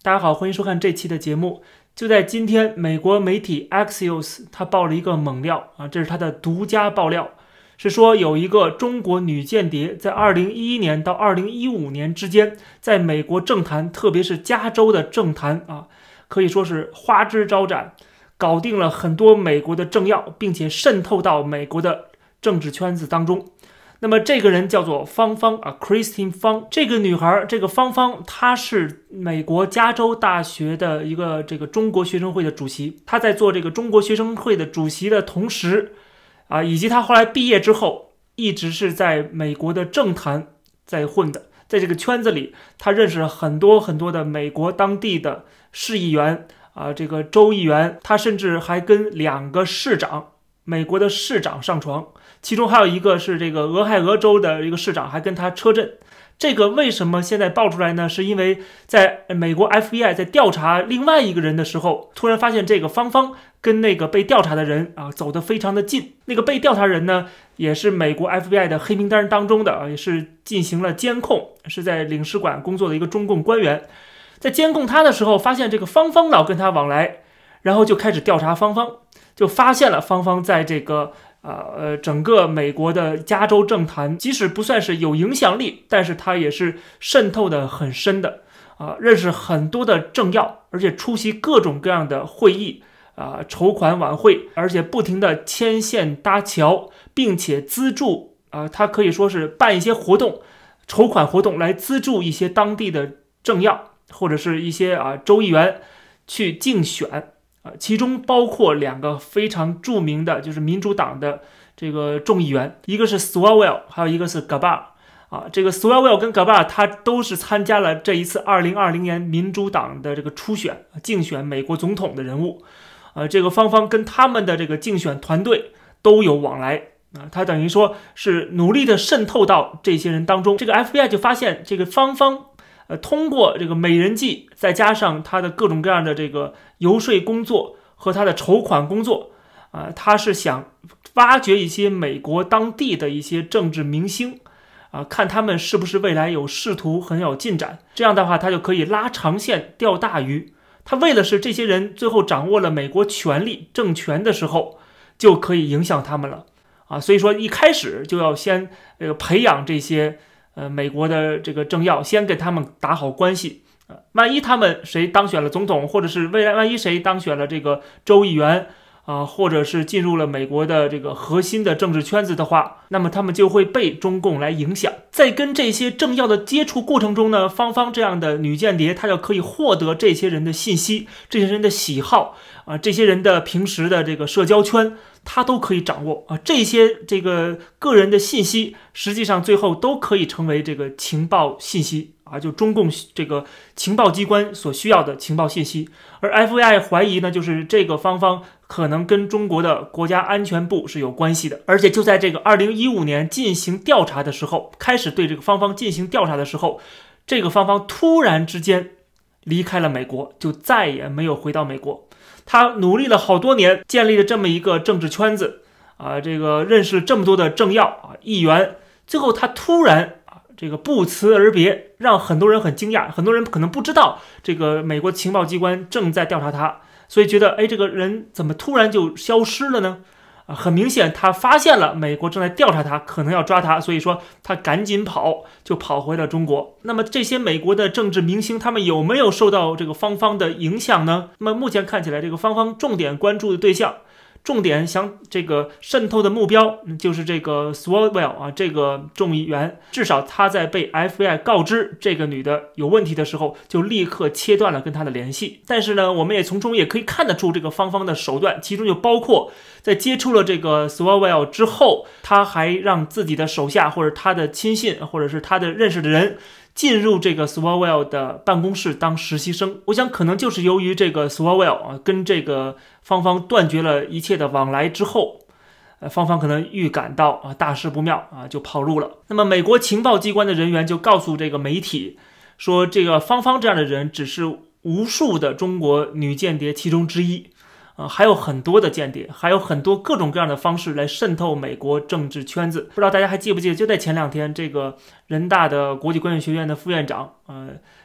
大家好，欢迎收看这期的节目。就在今天，美国媒体 Axios 他爆了一个猛料啊，这是他的独家爆料，是说有一个中国女间谍在2011年到2015年之间，在美国政坛，特别是加州的政坛啊，可以说是花枝招展，搞定了很多美国的政要，并且渗透到美国的政治圈子当中。那么这个人叫做芳芳啊 ，Christine 芳。这个女孩，这个芳芳，她是美国加州大学的一个中国学生会的主席。她在做这个中国学生会的主席的同时，以及她后来毕业之后，一直是在美国的政坛在混的。在这个圈子里，她认识了很多的美国当地的市议员这个州议员，她甚至还跟2个市长，美国的市长上床。其中还有一个是这个俄亥俄州的一个市长，还跟他车震。这个为什么现在爆出来呢？是因为在美国 FBI 在调查另外一个人的时候，突然发现这个芳芳跟那个被调查的人走得非常的近。那个被调查人呢，也是美国 FBI 的黑名单当中的也是进行了监控，是在领事馆工作的一个中共官员。在监控他的时候，发现这个芳芳老跟他往来，然后就开始调查芳芳，就发现了芳芳在这个整个美国的加州政坛，即使不算是有影响力，但是他也是渗透的很深的认识很多的政要，而且出席各种各样的会议筹款晚会，而且不停的牵线搭桥，并且资助他可以说是办一些活动，筹款活动来资助一些当地的政要或者是一些州议员去竞选。其中包括2个非常著名的，就是民主党的这个众议员，一个是 Swalwell， 还有一个是 Gabbard。这个 Swalwell 跟 Gabbard 他都是参加了这一次2020年民主党的这个初选，竞选美国总统的人物。这个芳芳跟他们的这个竞选团队都有往来他等于说是努力的渗透到这些人当中。这个 FBI 就发现这个芳芳通过这个美人计，再加上他的各种各样的这个游说工作和他的筹款工作他是想挖掘一些美国当地的一些政治明星看他们是不是未来有仕途很有进展，这样的话他就可以拉长线钓大鱼。他为的是这些人最后掌握了美国权力政权的时候，就可以影响他们了所以说一开始就要先培养这些美国的这个政要，先跟他们打好关系万一他们谁当选了总统，或者是未来万一谁当选了这个州议员或者是进入了美国的这个核心的政治圈子的话，那么他们就会被中共来影响。在跟这些政要的接触过程中呢，芳芳这样的女间谍，她就可以获得这些人的信息，这些人的喜好这些人的平时的这个社交圈，他都可以掌握这些这个个人的信息，实际上最后都可以成为这个情报信息就中共这个情报机关所需要的情报信息。而 FBI 怀疑呢，就是这个芳芳可能跟中国的国家安全部是有关系的。而且就在这个2015年进行调查的时候，开始对这个芳芳进行调查的时候，这个芳芳突然之间离开了美国，就再也没有回到美国。他努力了好多年，建立了这么一个政治圈子这个认识了这么多的政要议员，最后他突然这个不辞而别，让很多人很惊讶。很多人可能不知道这个美国情报机关正在调查他，所以觉得这个人怎么突然就消失了呢？很明显他发现了美国正在调查他，可能要抓他，所以说他赶紧就跑回了中国。那么这些美国的政治明星，他们有没有受到这个芳芳的影响呢？那么目前看起来，这个芳芳重点关注的对象，重点想这个渗透的目标就是这个 Swalwell 这个众议员。至少他在被 FBI 告知这个女的有问题的时候，就立刻切断了跟她的联系。但是呢，我们也从中也可以看得出这个芳芳的手段，其中就包括在接触了这个 Swalwell 之后，他还让自己的手下或者他的亲信或者是他的认识的人进入这个 Swalwell 的办公室当实习生。我想可能就是由于这个 Swalwell 跟这个芳芳断绝了一切的往来之后，芳芳可能预感到大事不妙就跑路了。那么美国情报机关的人员就告诉这个媒体说，这个芳芳这样的人只是无数的中国女间谍其中之一还有很多的间谍，还有很多各种各样的方式来渗透美国政治圈子。不知道大家还记不记得，就在前2天，这个人大的国际关系学院的副院长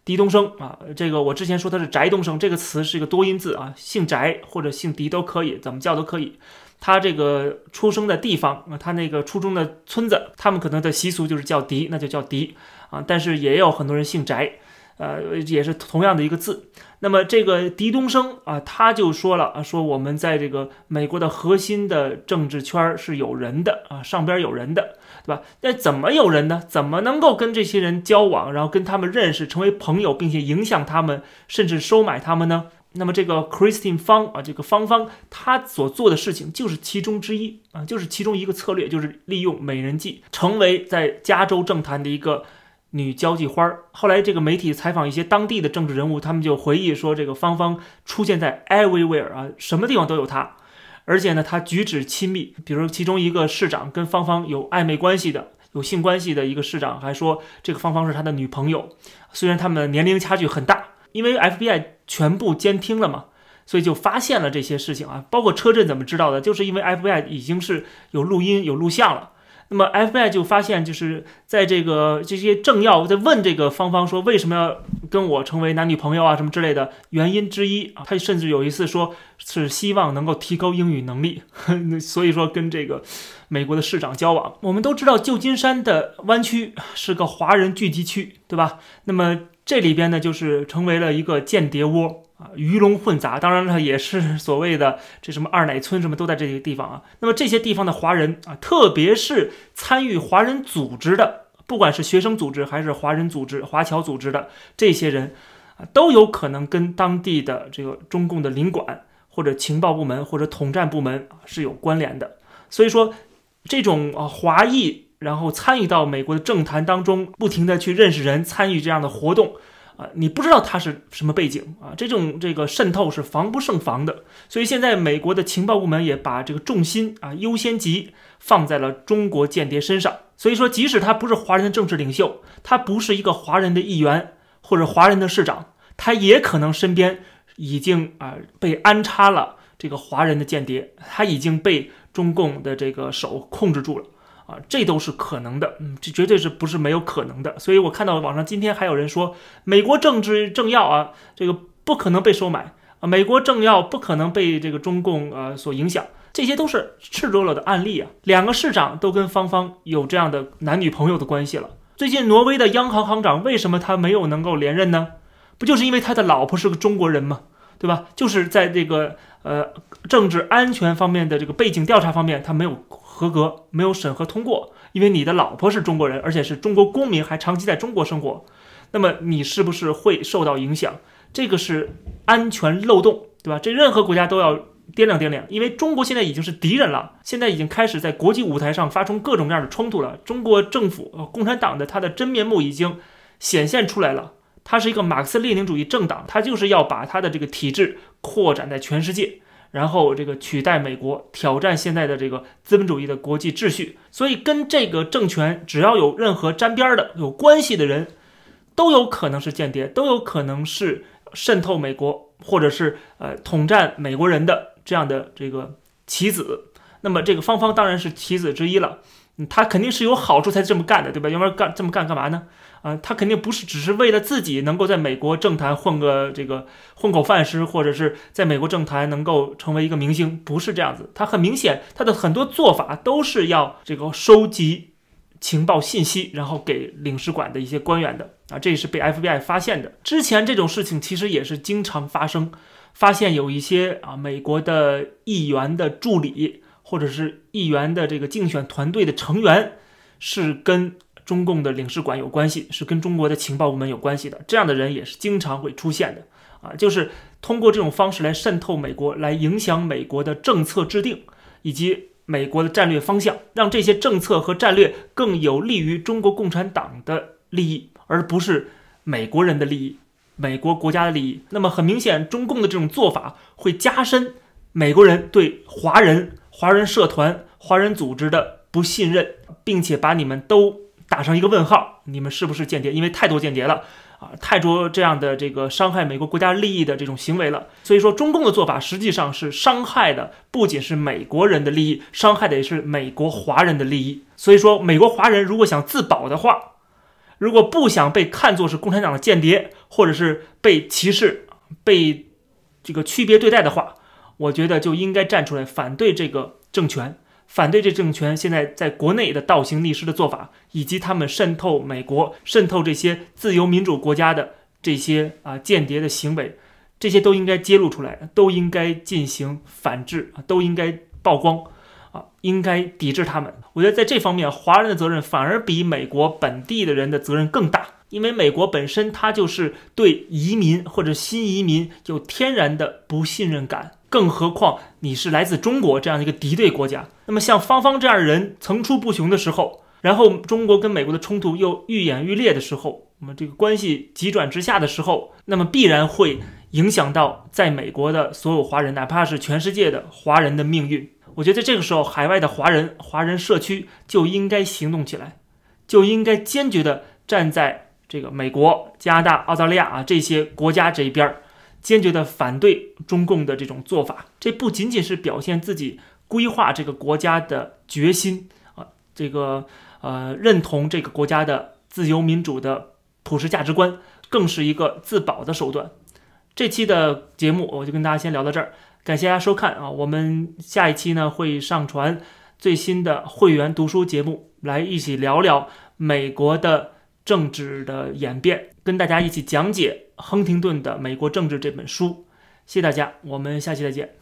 狄东升啊，这个我之前说他是翟东升，这个词是一个多音字啊，姓翟或者姓狄都可以，怎么叫都可以。他这个出生的地方啊，他那个初中的村子，他们可能的习俗就是叫狄，那就叫狄啊。但是也有很多人姓翟，也是同样的一个字。那么这个狄东升啊，他就说了啊，说我们在这个美国的核心的政治圈是有人的啊，上边有人的，对吧？那怎么有人呢？怎么能够跟这些人交往，然后跟他们认识，成为朋友，并且影响他们，甚至收买他们呢？那么这个 Christine 方啊，这个方他所做的事情就是其中之一啊，就是其中一个策略，就是利用美人计，成为在加州政坛的一个女交际花。后来这个媒体采访一些当地的政治人物，他们就回忆说，这个方出现在 everywhere 啊，什么地方都有她，而且呢，她举止亲密，比如其中一个市长跟方有暧昧关系的。有性关系的一个市长还说，这个方是他的女朋友，虽然他们年龄差距很大。因为 FBI 全部监听了嘛，所以就发现了这些事情啊，包括车震怎么知道的，就是因为 FBI 已经是有录音有录像了。那么 FBI 就发现，就是在这些政要在问这个方说为什么要跟我成为男女朋友啊什么之类的，原因之一啊，他甚至有一次说是希望能够提高英语能力，所以说跟这个美国的市长交往。我们都知道旧金山的湾区是个华人聚集区，对吧？那么这里边呢，就是成为了一个间谍窝啊，鱼龙混杂。当然了，也是所谓的这什么二奶村什么都在这些地方啊。那么这些地方的华人啊，特别是参与华人组织的，不管是学生组织还是华人组织、华侨组织的这些人啊，都有可能跟当地的这个中共的领馆或者情报部门或者统战部门是有关联的。所以说，这种华裔然后参与到美国的政坛当中，不停的去认识人，参与这样的活动啊，你不知道他是什么背景啊，这个渗透是防不胜防的。所以现在美国的情报部门也把这个重心啊优先级放在了中国间谍身上。所以说，即使他不是华人的政治领袖，他不是一个华人的议员或者华人的市长，他也可能身边已经被安插了这个华人的间谍，他已经被中共的这个手控制住了。这都是可能的，这绝对是不是没有可能的。所以我看到网上今天还有人说，美国政治政要啊，这个不可能被收买啊，美国政要不可能被这个中共所影响，这些都是赤裸裸的案例啊。两个市长都跟方有这样的男女朋友的关系了。最近挪威的央行行长为什么他没有能够连任呢？不就是因为他的老婆是个中国人吗？对吧？就是在这个政治安全方面的这个背景调查方面，他没有合格，没有审核通过，因为你的老婆是中国人，而且是中国公民，还长期在中国生活，那么你是不是会受到影响？这个是安全漏洞，对吧？这任何国家都要掂量，因为中国现在已经是敌人了，现在已经开始在国际舞台上发生各种各样的冲突了。中国政府共产党的它的真面目已经显现出来了，它是一个马克思列宁主义政党，它就是要把它的这个体制扩展在全世界，然后这个取代美国，挑战现在的这个资本主义的国际秩序。所以跟这个政权只要有任何沾边的、有关系的人，都有可能是间谍，都有可能是渗透美国，或者是统战美国人的这样的这个棋子。那么这个方当然是棋子之一了，他肯定是有好处才这么干的，对吧？要不然这么干干嘛呢？他肯定不是只是为了自己能够在美国政坛混口饭吃，或者是在美国政坛能够成为一个明星，不是这样子。他很明显，他的很多做法都是要这个收集情报信息，然后给领事馆的一些官员的啊，这也是被 FBI 发现的。之前这种事情其实也是经常发生，发现有一些美国的议员的助理，或者是议员的这个竞选团队的成员是跟中共的领事馆有关系，是跟中国的情报部门有关系的，这样的人也是经常会出现的就是通过这种方式来渗透美国，来影响美国的政策制定以及美国的战略方向，让这些政策和战略更有利于中国共产党的利益，而不是美国人的利益，美国国家的利益。那么很明显，中共的这种做法会加深美国人对华人社团、华人组织的不信任，并且把你们都打上一个问号，你们是不是间谍？因为太多间谍了太多这样的这个伤害美国国家利益的这种行为了。所以说中共的做法实际上是伤害的不仅是美国人的利益，伤害的也是美国华人的利益。所以说美国华人如果想自保的话， 如果不想被看作是共产党的间谍，或者是被歧视、被这个区别对待的话，我觉得就应该站出来反对这个政权，反对这政权现在在国内的倒行逆施的做法，以及他们渗透美国、渗透这些自由民主国家的这些间谍的行为，这些都应该揭露出来，都应该进行反制，都应该曝光。应该抵制他们。我觉得在这方面，华人的责任反而比美国本地的人的责任更大，因为美国本身它就是对移民或者新移民有天然的不信任感，更何况你是来自中国这样一个敌对国家。那么像芳芳这样的人层出不穷的时候，然后中国跟美国的冲突又愈演愈烈的时候，那么这个关系急转直下的时候，那么必然会影响到在美国的所有华人，哪怕是全世界的华人的命运。我觉得这个时候，海外的华人社区就应该行动起来，就应该坚决地站在这个美国、加拿大、澳大利亚这些国家这一边，坚决地反对中共的这种做法。这不仅仅是表现自己规划这个国家的决心认同这个国家的自由民主的普世价值观，更是一个自保的手段。这期的节目我就跟大家先聊到这儿。感谢大家收看我们下一期呢会上传最新的会员读书节目，来一起聊聊美国的政治的演变，跟大家一起讲解亨廷顿的《美国政治》这本书。谢谢大家，我们下期再见。